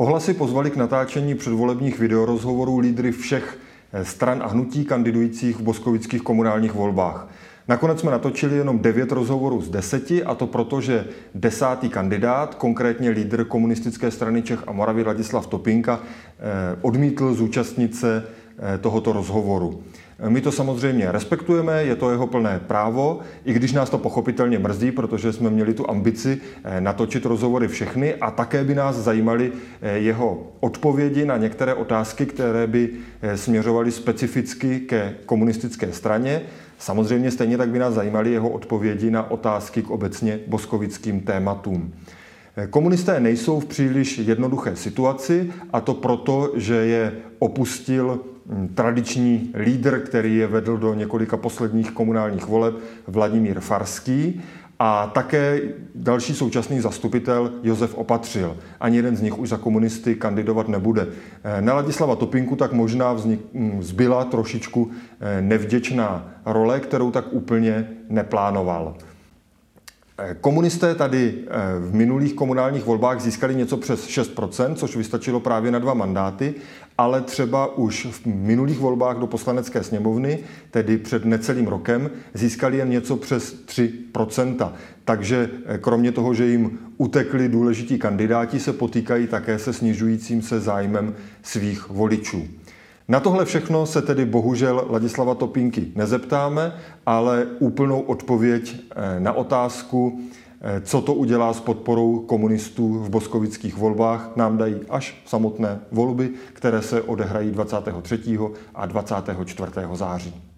Ohlasy pozvaly k natáčení předvolebních videorozhovorů lídry všech stran a hnutí kandidujících v boskovických komunálních volbách. Nakonec jsme natočili jenom 9 rozhovorů z 10, a to proto, že 10. kandidát, konkrétně lídr Komunistické strany Čech a Moravy Ladislav Topinka, odmítl zúčastnit se tohoto rozhovoru. My to samozřejmě respektujeme, je to jeho plné právo, i když nás to pochopitelně mrzí, protože jsme měli tu ambici natočit rozhovory všechny a také by nás zajímaly jeho odpovědi na některé otázky, které by směřovaly specificky ke komunistické straně. Samozřejmě stejně tak by nás zajímaly jeho odpovědi na otázky k obecně boskovickým tématům. Komunisté nejsou v příliš jednoduché situaci, a to proto, že je opustil tradiční lídr, který je vedl do několika posledních komunálních voleb, Vladimír Farský, a také další současný zastupitel Josef Opatřil. Ani jeden z nich už za komunisty kandidovat nebude. Na Ladislava Topinku tak možná zbyla trošičku nevděčná role, kterou tak úplně neplánoval. Komunisté tady v minulých komunálních volbách získali něco přes 6%, což vystačilo právě na 2 mandáty, ale třeba už v minulých volbách do Poslanecké sněmovny, tedy před necelým rokem, získali jen něco přes 3%. Takže kromě toho, že jim utekli důležití kandidáti, se potýkají také se snižujícím se zájmem svých voličů. Na tohle všechno se tedy bohužel Ladislava Topinky nezeptáme, ale úplnou odpověď na otázku, co to udělá s podporou komunistů v boskovických volbách, nám dají až samotné volby, které se odehrají 23. a 24. září.